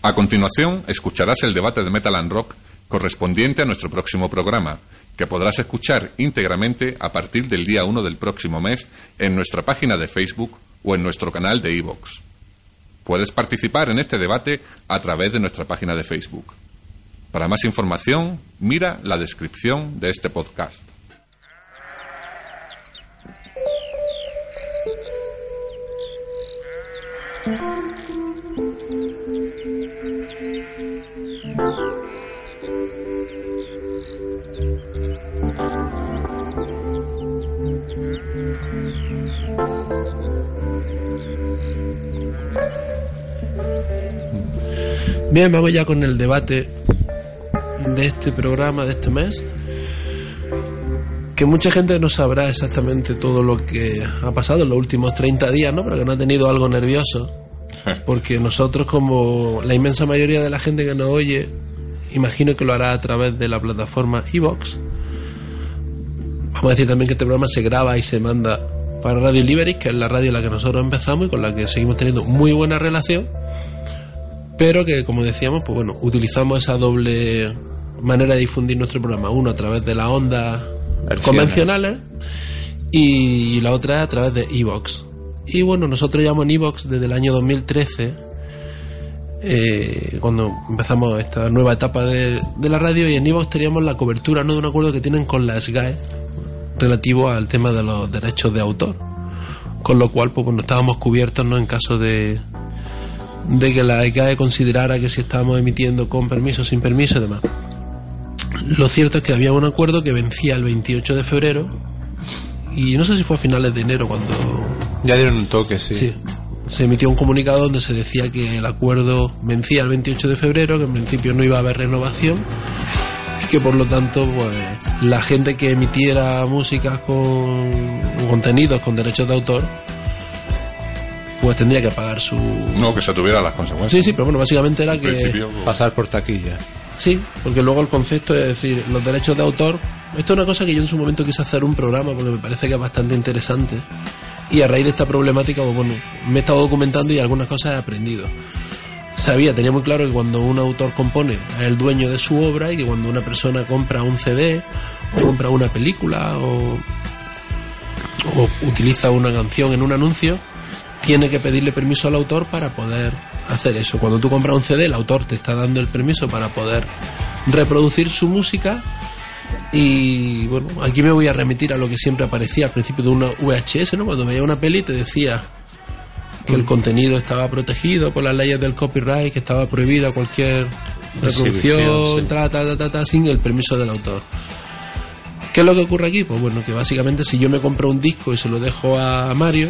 A continuación, escucharás el debate de Metal and Rock correspondiente a nuestro próximo programa, que podrás escuchar íntegramente a partir del día 1 del próximo mes en nuestra página de Facebook o en nuestro canal de iVoox. Puedes participar en este debate a través de nuestra página de Facebook. Para más información, mira la descripción de este podcast. Bien, vamos ya con el debate de este programa, de este mes, que mucha gente no sabrá exactamente todo lo que ha pasado en los últimos 30 días, ¿no? Pero que no ha tenido algo nervioso, porque nosotros, como la inmensa mayoría de la gente que nos oye, imagino que lo hará a través de la plataforma iVoox. Vamos a decir también que este programa se graba y se manda para Radio Liberis, que es la radio en la que nosotros empezamos y con la que seguimos teniendo muy buena relación, pero que, como decíamos, pues bueno, utilizamos esa doble manera de difundir nuestro programa, uno a través de las ondas convencionales y la otra a través de iVoox. Y bueno, nosotros llevamos en iVoox desde el año 2013, cuando empezamos esta nueva etapa de la radio, y en iVoox teníamos la cobertura, ¿no?, de un acuerdo que tienen con la SGAE relativo al tema de los derechos de autor, con lo cual pues bueno, estábamos cubiertos, ¿no?, en caso de que la SGAE considerara que si estábamos emitiendo con permiso, sin permiso y demás. Lo cierto es que había un acuerdo que vencía el 28 de febrero y no sé si fue a finales de enero cuando... Ya dieron un toque, sí. Se emitió un comunicado donde se decía que el acuerdo vencía el 28 de febrero, que en principio no iba a haber renovación y que por lo tanto pues la gente que emitiera música con contenidos con derechos de autor pues tendría que pagar su... No, que se tuviera las consecuencias. Sí, pero bueno, básicamente era que... Pasar por taquilla. Sí, porque luego el concepto es decir, los derechos de autor... Esto es una cosa que yo en su momento quise hacer un programa porque me parece que es bastante interesante. Y a raíz de esta problemática, pues bueno, me he estado documentando y algunas cosas he aprendido. Tenía muy claro que cuando un autor compone es el dueño de su obra y que cuando una persona compra un CD o compra una película o utiliza una canción en un anuncio, tiene que pedirle permiso al autor para poder hacer eso. Cuando tú compras un CD, el autor te está dando el permiso para poder reproducir su música. Y bueno, aquí me voy a remitir a lo que siempre aparecía al principio de una VHS, ¿no? Cuando veía una peli te decía que el contenido estaba protegido por las leyes del copyright, que estaba prohibida cualquier reproducción, sin el permiso del autor. ¿Qué es lo que ocurre aquí? Pues bueno, que básicamente si yo me compro un disco y se lo dejo a Mario,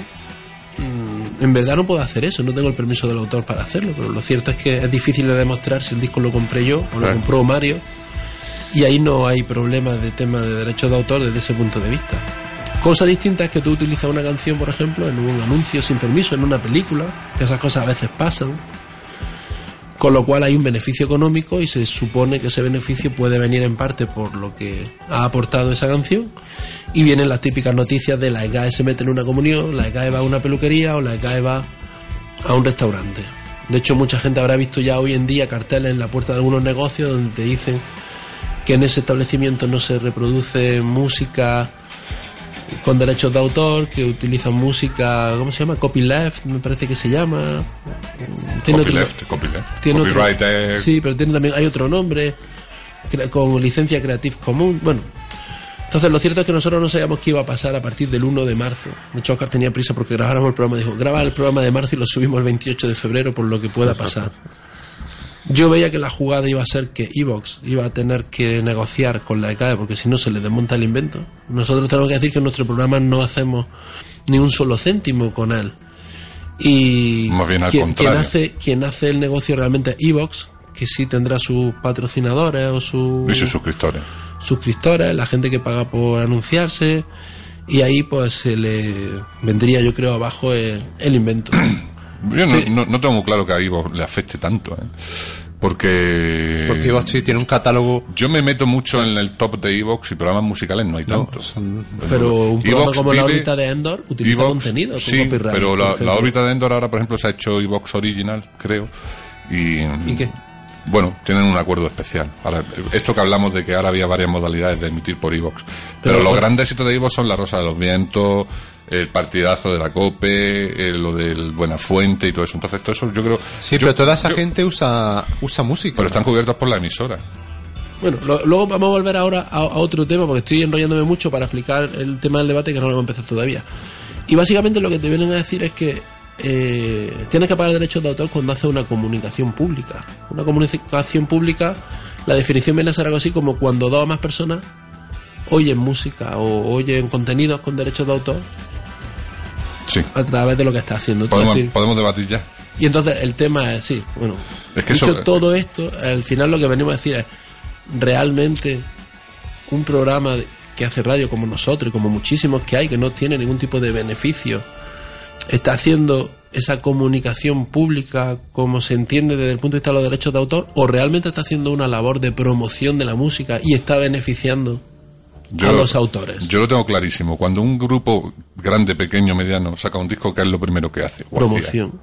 en verdad no puedo hacer eso, no tengo el permiso del autor para hacerlo, pero lo cierto es que es difícil de demostrar si el disco lo compré yo o lo compró Mario, y ahí no hay problema de tema de derechos de autor desde ese punto de vista. Cosa distinta es que tú utilizas una canción, por ejemplo, en un anuncio sin permiso, en una película, que esas cosas a veces pasan, con lo cual hay un beneficio económico y se supone que ese beneficio puede venir en parte por lo que ha aportado esa canción, y vienen las típicas noticias de la SGAE se mete en una comunión, la SGAE va a una peluquería o la SGAE va a un restaurante. De hecho, mucha gente habrá visto ya hoy en día carteles en la puerta de algunos negocios donde te dicen que en ese establecimiento no se reproduce música con derechos de autor, que utilizan música, ¿cómo se llama? Copyleft, me parece que se llama. Copyleft. Copyright. Sí, pero también hay otro nombre, con licencia Creative Commons. Bueno, entonces lo cierto es que nosotros no sabíamos qué iba a pasar a partir del 1 de marzo. De hecho, Oscar tenía prisa porque grabáramos el programa. Dijo, graba el programa de marzo y lo subimos el 28 de febrero por lo que pueda pasar. Yo veía que la jugada iba a ser que iVoox iba a tener que negociar con la SGAE porque si no se le desmonta el invento. Nosotros tenemos que decir que en nuestro programa no hacemos ni un solo céntimo con él. Y más bien al quien hace el negocio realmente es iVoox, que sí tendrá sus patrocinadores o sus suscriptores, la gente que paga por anunciarse, y ahí pues se le vendría, yo creo, abajo el invento. Yo no tengo muy claro que a iVoox le afecte tanto, porque iVoox sí tiene un catálogo. Yo me meto mucho en el top de iVoox y programas musicales no hay tantos. Pero un programa como La órbita de Endor utiliza contenido con sí, copyright. Pero la órbita de Endor ahora, por ejemplo, se ha hecho iVoox Original, creo, ¿Y qué? Bueno, tienen un acuerdo especial. Ahora, esto que hablamos de que ahora había varias modalidades de emitir por iVox, pero los grandes éxitos de iVox son La Rosa de los Vientos, el partidazo de la COPE, lo del Buenafuente y todo eso. Entonces, todo eso yo creo... Sí, pero toda esa gente usa música. Pero están cubiertos por la emisora. Bueno, luego vamos a volver ahora a otro tema, porque estoy enrollándome mucho para explicar el tema del debate, que no lo hemos empezado todavía. Y básicamente lo que te vienen a decir es que tienes que pagar derechos de autor cuando haces una comunicación pública. Una comunicación pública, la definición viene a ser algo así como cuando dos o más personas oyen música o oyen contenidos con derechos de autor, sí, a través de lo que estás haciendo. Podemos debatir ya. Y entonces el tema es, sí, bueno, es que dicho todo esto, al final lo que venimos a decir es, realmente un programa que hace radio como nosotros y como muchísimos que hay, que no tiene ningún tipo de beneficio, está haciendo esa comunicación pública como se entiende desde el punto de vista de los derechos de autor, o realmente está haciendo una labor de promoción de la música y está beneficiando a los autores. Yo lo tengo clarísimo. Cuando un grupo grande, pequeño, mediano saca un disco, ¿qué es lo primero que hace? Promoción.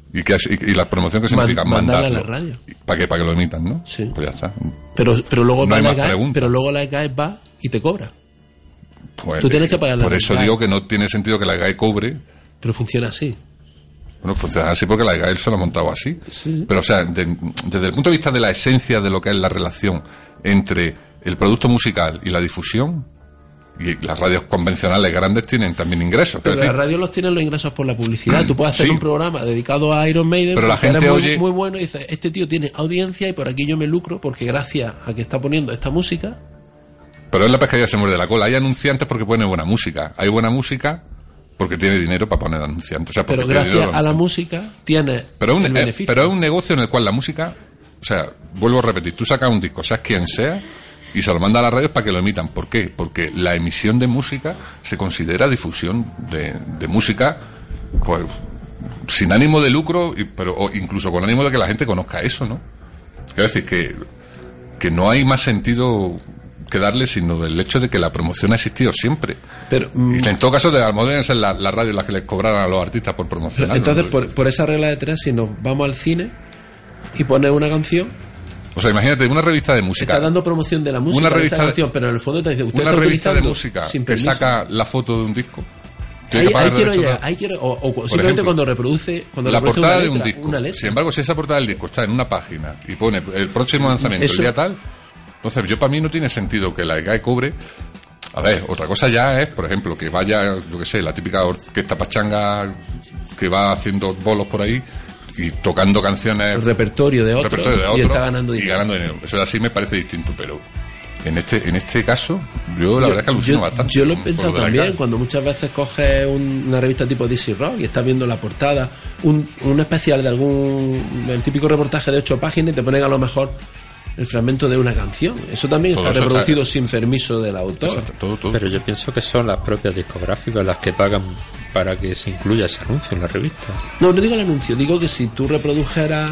Y la promoción que significa mandarlo a la radio. ¿Para qué? Para que lo emitan, ¿no? Sí. Pues ya está. Pero luego no hay más preguntas. Pero luego la ECAE va y te cobra. Pues, tú tienes que pagar la por eso digo que no tiene sentido que la ECAE cobre. Pero funciona así. Bueno, funciona así porque la ECAE se lo ha montado así. Sí. Pero, o sea, desde el punto de vista de la esencia de lo que es la relación entre el producto musical y la difusión, y las radios convencionales grandes tienen también ingresos. Pero las radios los tienen los ingresos por la publicidad. Tú puedes hacer un programa dedicado a Iron Maiden, pero la gente oye muy bueno y dice, este tío tiene audiencia y por aquí yo me lucro porque gracias a que está poniendo esta música. Pero es la pescadilla se muerde la cola. Hay anunciantes porque ponen buena música. Hay buena música porque tiene dinero para poner anunciantes. O sea, pero gracias a la música tiene el beneficio. Pero es un negocio en el cual la música, o sea, vuelvo a repetir, tú sacas un disco, seas quien sea, y se lo manda a las radios para que lo emitan. ¿Por qué? Porque la emisión de música se considera difusión de música, pues sin ánimo de lucro, o incluso con ánimo de que la gente conozca eso, ¿no? Quiero decir que no hay más sentido que darle sino del hecho de que la promoción ha existido siempre. Pero y en todo caso de podrían ser las radios las que les cobraran a los artistas por promocionar. Entonces, por esa regla de tres, si nos vamos al cine y pones una canción, o sea, imagínate, una revista de música. Está dando promoción de la música, una revista de esa canción, pero en el fondo te dice, usted una está revista de música que saca la foto de un disco. Ahí quiero, o simplemente ejemplo, cuando reproduce la portada de un disco. Sin embargo, si esa portada del disco está en una página y pone el próximo lanzamiento el día tal, entonces yo para mí no tiene sentido que la ECAE cobre. A ver, otra cosa ya es, por ejemplo, que vaya, yo que sé, la típica orquesta pachanga que va haciendo bolos por ahí y tocando canciones, el repertorio de otros y está ganando dinero. Eso así me parece distinto, pero en este caso yo la verdad es que alucino bastante. Yo lo he pensado también cuando muchas veces coges una revista tipo DC Rock y estás viendo la portada, un especial de el típico reportaje de 8 páginas y te ponen a lo mejor el fragmento de una canción. Eso también todo está reproducido sin permiso del autor. Todo. Pero yo pienso que son las propias discográficas las que pagan para que se incluya ese anuncio en la revista. No digo el anuncio, digo que si tú reprodujeras,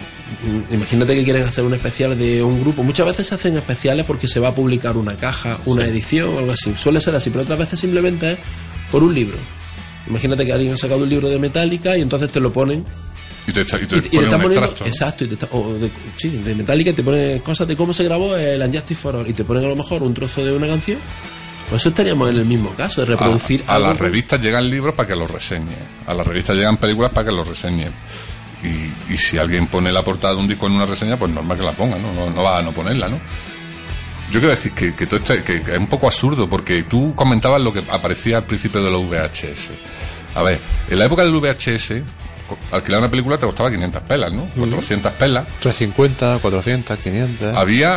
imagínate que quieren hacer un especial de un grupo, muchas veces se hacen especiales porque se va a publicar una caja, una edición o algo así, suele ser así, pero otras veces simplemente es por un libro. Imagínate que alguien ha sacado un libro de Metallica y entonces te lo ponen y te están poniendo, extracto, ¿no? Exacto, de Metallica te pone cosas de cómo se grabó el Unjustice for All y te ponen a lo mejor un trozo de una canción. Pues eso estaríamos en el mismo caso, de reproducir a las revistas llegan libros para que los reseñen, a las revistas llegan películas para que los reseñen, y si alguien pone la portada de un disco en una reseña, pues normal que la ponga, no va a no ponerla, ¿no? Yo quiero decir que todo esto que es un poco absurdo, porque tú comentabas lo que aparecía al principio de los VHS. A ver, en la época del VHS alquilar una película te costaba 500 pelas, ¿no? 400 pelas. 350, 400, 500.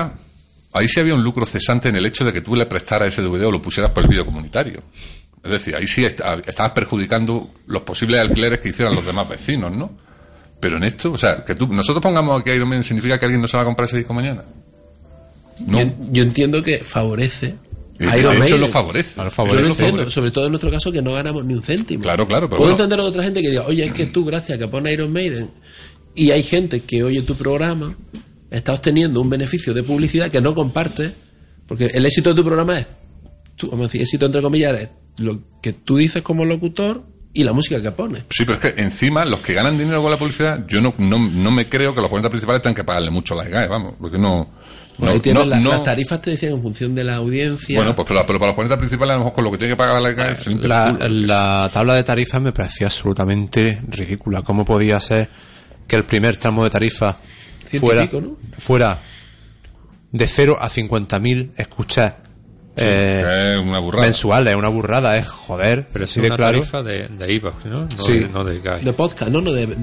Ahí sí había un lucro cesante en el hecho de que tú le prestaras ese DVD o lo pusieras por el vídeo comunitario. Es decir, ahí sí estabas perjudicando los posibles alquileres que hicieran los demás vecinos, ¿no? Pero en esto, o sea, que nosotros pongamos que Iron Man significa que alguien no se va a comprar ese disco mañana. No. Yo entiendo que favorece. De hecho lo favorece. Yo lo entiendo, sobre todo en nuestro caso que no ganamos ni un céntimo. Claro. Pero puedo entender a otra gente que diga, oye, es que tú, gracias a que pones Iron Maiden y hay gente que oye tu programa, está obteniendo un beneficio de publicidad que no compartes, porque el éxito de tu programa es, vamos a decir, éxito entre comillas, es lo que tú dices como locutor y la música que pone. Sí, pero es que encima los que ganan dinero con la publicidad, yo no me creo que los 40 principales tengan que pagarle mucho a la SGAE, vamos, porque Ahí tienes las tarifas, te decían en función de la audiencia. Bueno, pues pero para los 40 principales a lo mejor con lo que tiene que pagar la SGAE... La tabla de tarifas me parecía absolutamente ridícula. ¿Cómo podía ser que el primer tramo de tarifa fuera de 0 a 50.000 escuchas es una burrada. mensuales? Es una burrada, es joder. Pero es sí, una claro. tarifa de iVoox, ¿no? Sí. No de GAE. De podcast,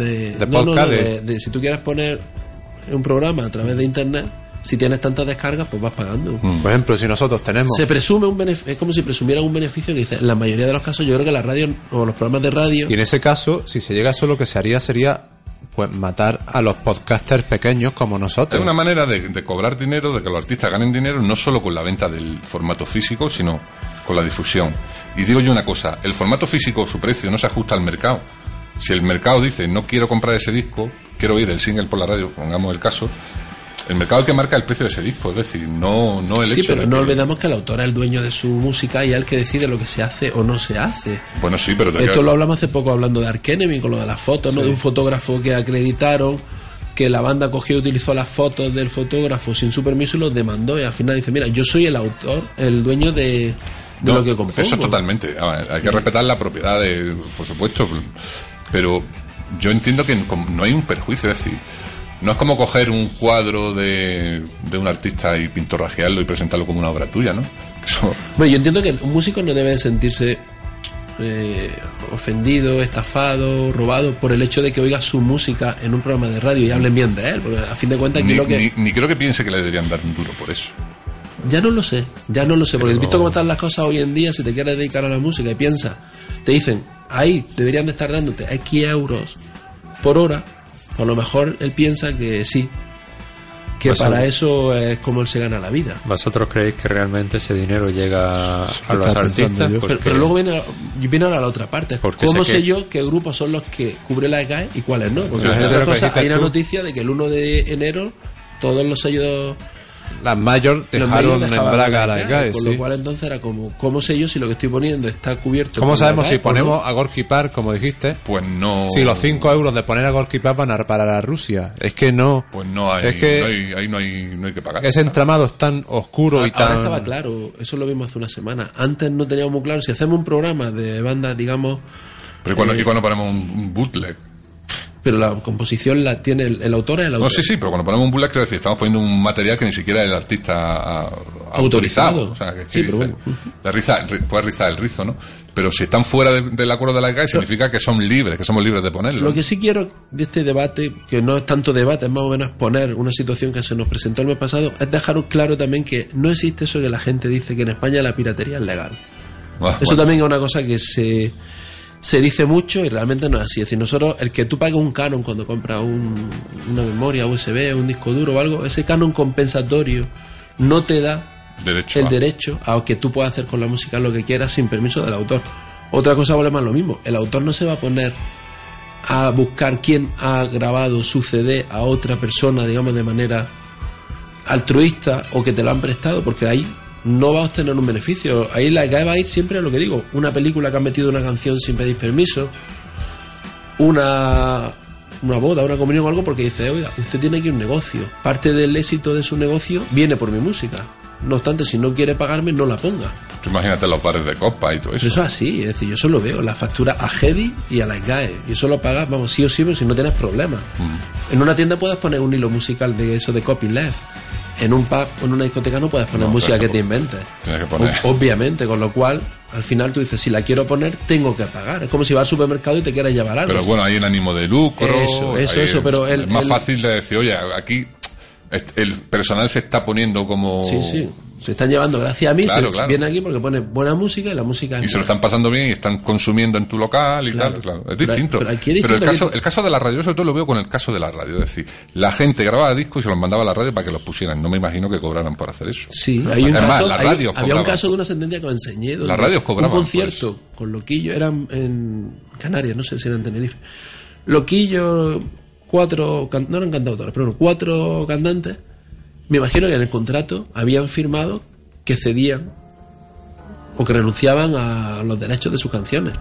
de si tú quieres poner un programa a través de internet, si tienes tantas descargas, pues vas pagando. Por ejemplo, si nosotros tenemos... Se presume un beneficio, es como si presumieran un beneficio que dice, en la mayoría de los casos yo creo que la radio o los programas de radio... Y en ese caso, si se llega a eso, lo que se haría sería pues matar a los podcasters pequeños como nosotros. Es una manera de cobrar dinero, de que los artistas ganen dinero, no solo con la venta del formato físico, sino con la difusión. Y digo yo una cosa, el formato físico, su precio no se ajusta al mercado. Si el mercado dice, no quiero comprar ese disco, quiero oír el single por la radio, pongamos el caso, el mercado es el que marca el precio de ese disco, es decir, no el sí, hecho pero de no que... olvidamos que el autor es el dueño de su música y es el que decide lo que se hace o no se hace. Bueno, sí, pero... Esto lo hablamos hace poco hablando de Ark Enemy, con lo de las fotos, ¿no? De un fotógrafo que acreditaron, que la banda cogió y utilizó las fotos del fotógrafo sin su permiso y los demandó, y al final dice, mira, yo soy el autor, el dueño de lo que compongo. Eso es totalmente, hay que respetar la propiedad, por supuesto, pero yo entiendo que no hay un perjuicio, es decir, no es como coger un cuadro de un artista y pintorrajearlo y presentarlo como una obra tuya, ¿no? Eso... Bueno, yo entiendo que un músico no debe sentirse ofendido, estafado, robado por el hecho de que oiga su música en un programa de radio y hablen bien de él, porque a fin de cuentas ni creo que piense que le deberían dar un duro por eso. Ya no lo sé, porque visto cómo están las cosas hoy en día, si te quieres dedicar a la música y piensas, te dicen, ahí deberían de estar dándote X euros por hora, a lo mejor él piensa que sí, que para eso es como él se gana la vida. ¿Vosotros creéis que realmente ese dinero llega a los artistas? Pero luego viene ahora la otra parte. ¿Cómo sé yo qué grupos son los que cubre la SGAE y cuáles no? Porque hay una noticia de que el 1 de enero todos los sellos... Las mayores dejaron en braga a la SGAE, con lo cual entonces era como, ¿cómo sé yo si lo que estoy poniendo está cubierto? ¿Cómo sabemos si ponemos a Gorky Park, como dijiste? Pues no. Si los 5 euros de poner a Gorky Park van a parar a Rusia. Es que no. Pues no hay, es que ahí no hay que pagar. Ese entramado es tan oscuro y tan... Ahora estaba claro, eso lo vimos hace una semana. Antes no teníamos muy claro, si hacemos un programa de bandas, digamos... Pero ¿y cuando ponemos un bootleg? Pero la composición la tiene el autor, es el autor. No, sí, pero cuando ponemos un bootleg, quiero decir, estamos poniendo un material que ni siquiera el artista ha autorizado. O sea, que sí, pero bueno. Puede rizar el rizo, ¿no? Pero si están fuera del acuerdo de la SGAE, significa que son libres, que somos libres de ponerlo. Lo que sí quiero de este debate, que no es tanto debate, es más o menos poner una situación que se nos presentó el mes pasado, es dejar claro también que no existe eso que la gente dice, que en España la piratería es legal. Eso también es una cosa que se dice mucho y realmente no es así. Es decir, nosotros, el que tú pagues un canon cuando compras una memoria USB, un disco duro o algo, ese canon compensatorio no te da el derecho a que tú puedas hacer con la música lo que quieras sin permiso del autor. Otra cosa vale más lo mismo, el autor no se va a poner a buscar quién ha grabado su CD a otra persona, digamos, de manera altruista o que te lo han prestado, porque ahí no va a obtener un beneficio. Ahí la SGAE va a ir siempre a lo que digo, una película que han metido una canción sin pedir permiso, una boda, una comunión o algo, porque dice, oiga, usted tiene aquí un negocio, parte del éxito de su negocio viene por mi música, no obstante, si no quiere pagarme, no la ponga. Tú imagínate los bares de copa y todo eso. Pero eso es así, es decir, yo eso lo veo, la factura a Gedi y a la SGAE, y eso lo pagas, vamos, sí o sí, pero si no tienes problemas. En una tienda puedes poner un hilo musical de eso de copyleft. En un pub o en una discoteca no puedes poner música que te inventes. Tienes que poner. Obviamente, con lo cual, al final tú dices, si la quiero poner, tengo que pagar. Es como si vas al supermercado y te quieres llevar algo. Pero bueno, hay un ánimo de lucro. Eso, pero es más fácil de decir, oye, aquí el personal se está poniendo como... Sí. Se están llevando, gracias a mí, claro. viene aquí porque pone buena música y la música... Y se lo están pasando bien y están consumiendo en tu local y tal, claro. Es distinto. Pero el caso de la radio, yo sobre todo lo veo con el caso de la radio. Es decir, la gente grababa discos y se los mandaba a la radio para que los pusieran. No me imagino que cobraran por hacer eso. Sí, había un caso de una sentencia que os enseñé. Donde las radios cobraban. Un concierto con Loquillo, eran en Canarias, no sé si era en Tenerife. Loquillo, no eran cantautores, pero 4 cantantes. Me imagino que en el contrato habían firmado que cedían o que renunciaban a los derechos de sus canciones.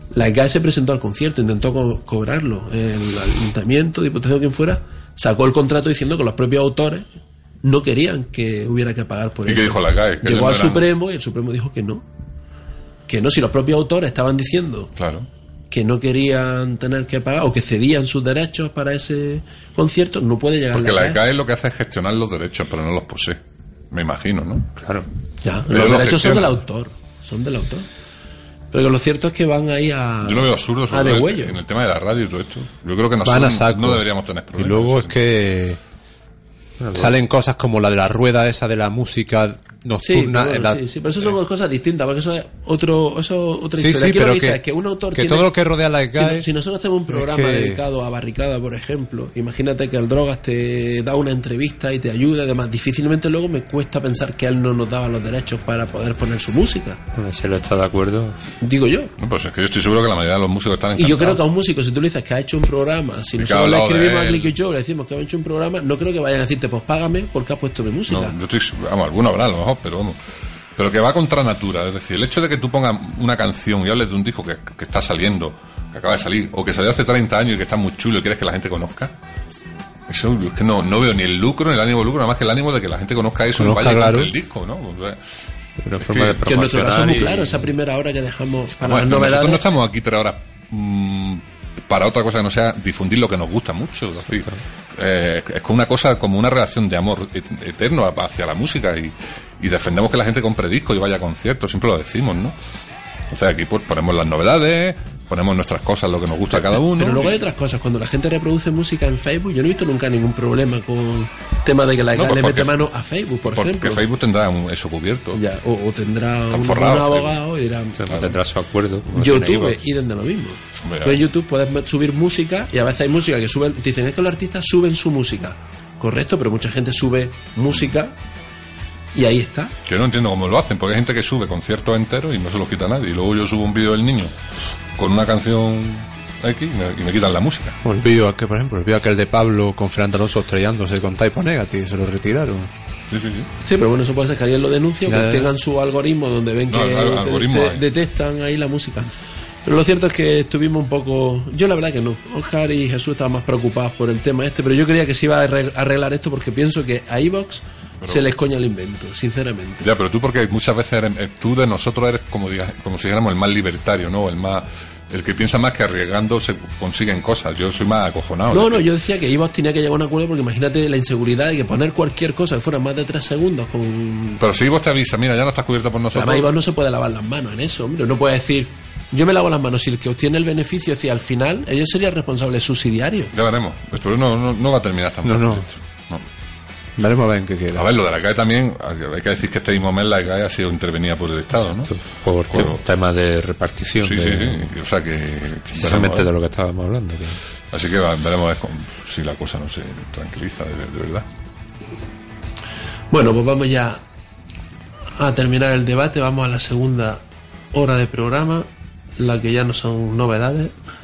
La SGAE se presentó al concierto, intentó cobrarlo. El ayuntamiento, diputación, quien fuera, sacó el contrato diciendo que los propios autores no querían que hubiera que pagar por eso. ¿Y qué dijo la SGAE? Llegó al Supremo y el Supremo dijo que no. Que no, si los propios autores estaban diciendo que no querían tener que pagar o que cedían sus derechos para ese concierto, no puede llegar. Porque la SGAE lo que hace es gestionar los derechos, pero no los posee. Me imagino, ¿no? Claro. Ya, los derechos son del autor. Son del autor. Pero que lo cierto es que van ahí a... Yo lo veo absurdo sobre en el tema de la radio y todo esto. Yo creo que no deberíamos tener problemas. Y luego es que salen cosas como la de la rueda esa de la música nocturna. Sí, pero eso son cosas distintas, porque eso es otra historia. Sí, aquí pero es que un autor que todo lo que rodea la SGAE... Si nosotros hacemos un programa dedicado a Barricada, por ejemplo, imagínate que el Drogas te da una entrevista y te ayuda, además difícilmente luego me cuesta pensar que él no nos daba los derechos para poder poner su música. Si él está de acuerdo... Digo yo. No, pues es que yo estoy seguro que la mayoría de los músicos están encantados. Y yo creo que a un músico, si tú le dices que ha hecho un programa, si nosotros le escribimos a Click y Joe, le decimos que ha hecho un programa, no creo que vayan a decirte, pues págame porque has puesto mi música. No, yo estoy... Vamos, alguno habrá a lo mejor, pero vamos... Pero que va contra natura, es decir, el hecho de que tú pongas una canción y hables de un disco que está saliendo, que acaba de salir, o que salió hace 30 años y que está muy chulo y quieres que la gente conozca, eso es que no veo ni el lucro ni el ánimo de lucro, nada más que el ánimo de que la gente conozca eso y vaya con el disco, ¿no? Una forma de que en nuestro caso es muy claro, esa primera hora que dejamos para las novedades. Nosotros no estamos aquí 3 horas para otra cosa que no sea difundir lo que nos gusta mucho, es decir, es como una cosa, como una relación de amor eterno hacia la música y defendemos que la gente compre discos y vaya a conciertos, siempre lo decimos, ¿no? O sea, aquí pues, ponemos las novedades, ponemos nuestras cosas, lo que nos gusta a cada uno. Pero luego hay otras cosas. Cuando la gente reproduce música en Facebook, yo no he visto nunca ningún problema con el tema de que la SGAE le mete mano a Facebook, por ejemplo. Porque Facebook tendrá eso cubierto. Ya, o tendrá un abogado y dirán... Tendrá su acuerdo. YouTube, idem de lo mismo. Tú en YouTube puedes subir música y a veces hay música que suben... Dicen, es que los artistas suben su música. Correcto, pero mucha gente sube música... Y ahí está. Yo no entiendo cómo lo hacen, porque hay gente que sube conciertos enteros y no se los quita nadie. Y luego yo subo un vídeo del niño con una canción X y me quitan la música. O el vídeo que, por ejemplo, el vídeo aquel de Pablo con Fernando Alonso estrellándose con Type O Negative, se lo retiraron. Sí. Sí, pero bueno, eso puede ser que alguien lo denuncie o que tengan su algoritmo donde ven que detectan ahí la música. Pero lo cierto es que estuvimos un poco... Yo la verdad que no. Oscar y Jesús estaban más preocupados por el tema pero yo creía que se iba a arreglar esto porque pienso que a iVox se les coña el invento, sinceramente. Ya, pero tú porque muchas veces tú de nosotros eres como si dijéramos el más libertario, ¿no? El que piensa más que arriesgando se consiguen cosas. Yo soy más acojonado. No, yo decía que iVox tenía que llegar a un acuerdo porque imagínate la inseguridad de que poner cualquier cosa que fuera más de 3 segundos con... Pero si iVox te avisa, mira, ya no estás cubierto por nosotros. Además, iVox no se puede lavar las manos en eso, hombre. No puede decir, yo me lavo las manos, si el que obtiene el beneficio, es decir, al final, ellos serían responsables subsidiarios. Ya veremos. Pero no va a terminar tan fácil. No. Veremos a ver en qué queda. A ver, lo de la SGAE también, hay que decir que este mismo mes la SGAE ha sido intervenida por el Estado, ¿no? Por temas de repartición. Sí. O sea que precisamente de lo que estábamos hablando. Así que veremos si la cosa no se tranquiliza de verdad. Bueno, pues vamos ya a terminar el debate. Vamos a la segunda hora de programa, la que ya no son novedades.